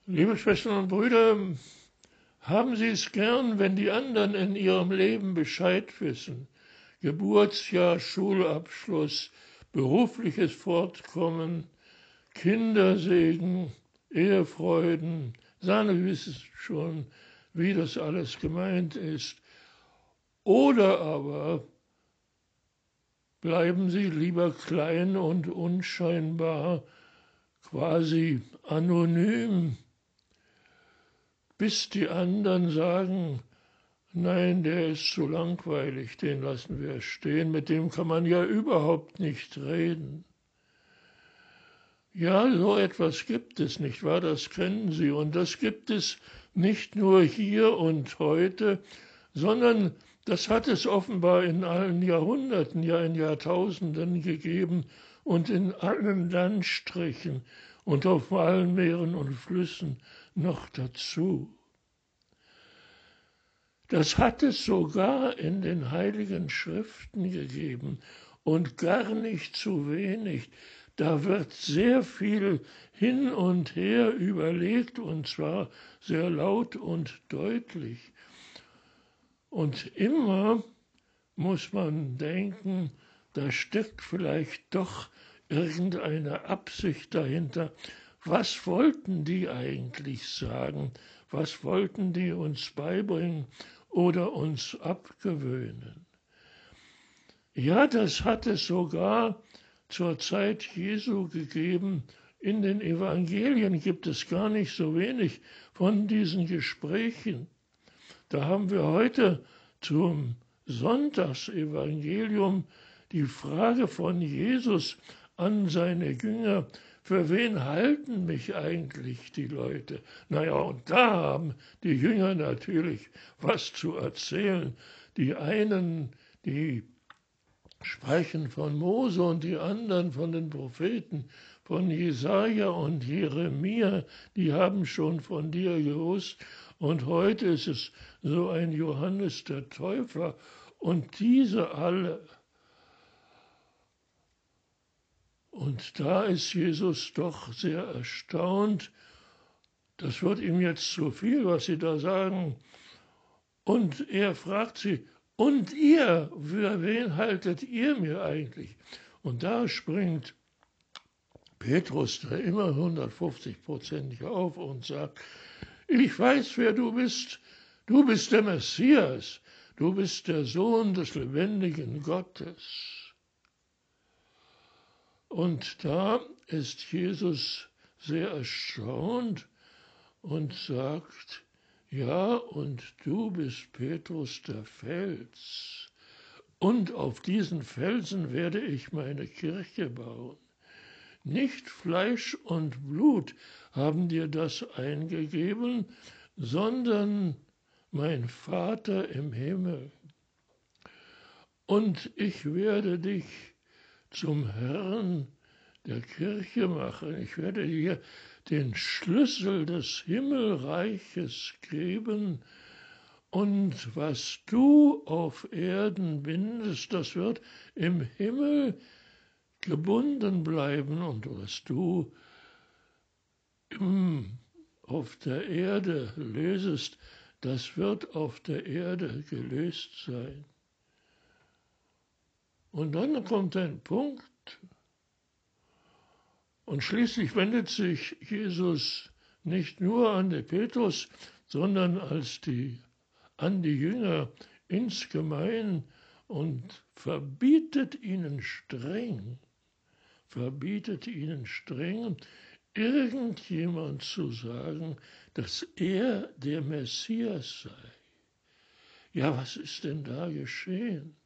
Liebe Schwestern und Brüder, haben Sie es gern, wenn die anderen in ihrem Leben Bescheid wissen? Geburtsjahr, Schulabschluss, berufliches Fortkommen, Kindersegen, Ehefreuden. Sahne wissen schon, wie das alles gemeint ist. Oder aber bleiben Sie lieber klein und unscheinbar, quasi anonym, bis die anderen sagen, nein, der ist zu langweilig, den lassen wir stehen, mit dem kann man ja überhaupt nicht reden. Ja, so etwas gibt es, nicht wahr? Das kennen Sie. Und das gibt es nicht nur hier und heute, sondern das hat es offenbar in allen Jahrhunderten, ja in Jahrtausenden gegeben und in allen Landstrichen und auf allen Meeren und Flüssen noch dazu. Das hat es sogar in den Heiligen Schriften gegeben und gar nicht zu wenig. Da wird sehr viel hin und her überlegt und zwar sehr laut und deutlich. Und immer muss man denken, da steckt vielleicht doch irgendeine Absicht dahinter. Was wollten die eigentlich sagen? Was wollten die uns beibringen oder uns abgewöhnen? Ja, das hat es sogar zur Zeit Jesu gegeben. In den Evangelien gibt es gar nicht so wenig von diesen Gesprächen. Da haben wir heute zum Sonntagsevangelium die Frage von Jesus an seine Jünger, für wen halten mich eigentlich die Leute? Naja, und da haben die Jünger natürlich was zu erzählen. Die einen, die sprechen von Mose und die anderen von den Propheten, von Jesaja und Jeremia, die haben schon von dir gewusst. Und heute ist es so ein Johannes der Täufer und diese alle. Und da ist Jesus doch sehr erstaunt. Das wird ihm jetzt zu viel, was sie da sagen. Und er fragt sie, und ihr, für wen haltet ihr mir eigentlich? Und da springt Petrus, der immer 150% auf und sagt, ich weiß, wer du bist. Du bist der Messias. Du bist der Sohn des lebendigen Gottes. Und da ist Jesus sehr erstaunt und sagt, ja, und du bist Petrus der Fels. Und auf diesen Felsen werde ich meine Kirche bauen. Nicht Fleisch und Blut haben dir das eingegeben, sondern mein Vater im Himmel. Und ich werde dich zum Herrn der Kirche machen. Ich werde dir den Schlüssel des Himmelreiches geben. Und was du auf Erden bindest, das wird im Himmel gebunden bleiben. Und was du auf der Erde lösest, das wird auf der Erde gelöst sein. Und dann kommt ein Punkt, und schließlich wendet sich Jesus nicht nur an den Petrus, sondern an die Jünger insgemein und verbietet ihnen streng, irgendjemand zu sagen, dass er der Messias sei. Ja, was ist denn da geschehen?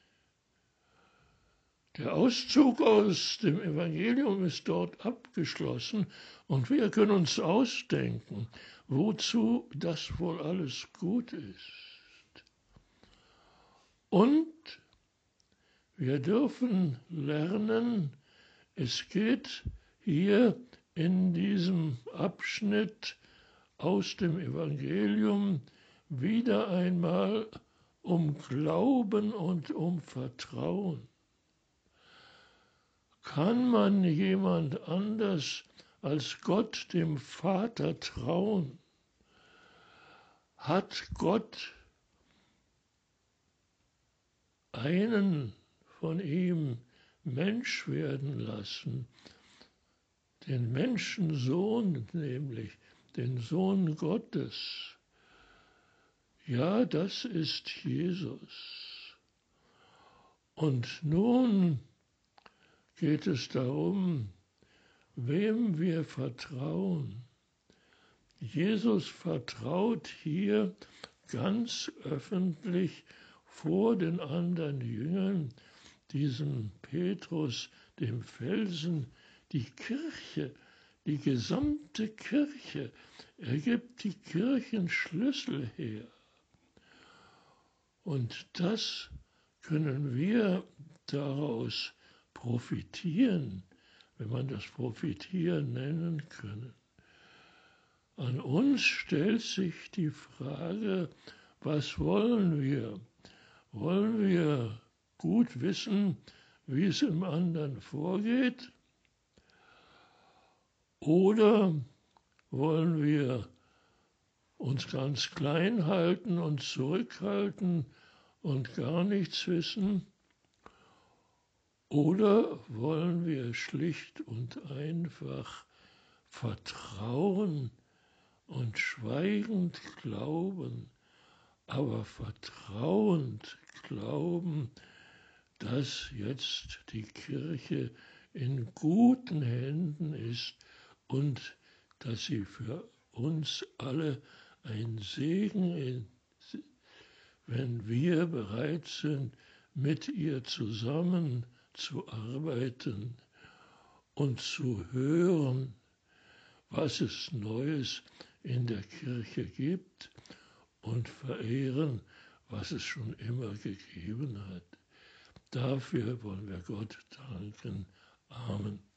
Der Auszug aus dem Evangelium ist dort abgeschlossen und wir können uns ausdenken, wozu das wohl alles gut ist. Und wir dürfen lernen, es geht hier in diesem Abschnitt aus dem Evangelium wieder einmal um Glauben und um Vertrauen. Kann man jemand anders als Gott dem Vater trauen, hat Gott einen von ihm Mensch werden lassen, den Menschensohn nämlich, den Sohn Gottes. Ja, das ist Jesus. Und nun geht es darum, wem wir vertrauen. Jesus vertraut hier ganz öffentlich vor den anderen Jüngern, diesem Petrus, dem Felsen, die Kirche, die gesamte Kirche. Er gibt die Kirchenschlüssel her. Und das können wir daraus profitieren, wenn man das Profitieren nennen können. An uns stellt sich die Frage, was wollen wir? Wollen wir gut wissen, wie es im anderen vorgeht? Oder wollen wir uns ganz klein halten und zurückhalten und gar nichts wissen? Oder wollen wir schlicht und einfach vertrauen und schweigend glauben, aber vertrauend glauben, dass jetzt die Kirche in guten Händen ist und dass sie für uns alle ein Segen ist, wenn wir bereit sind, mit ihr zusammen zu arbeiten und zu hören, was es Neues in der Kirche gibt und verehren, was es schon immer gegeben hat. Dafür wollen wir Gott danken. Amen.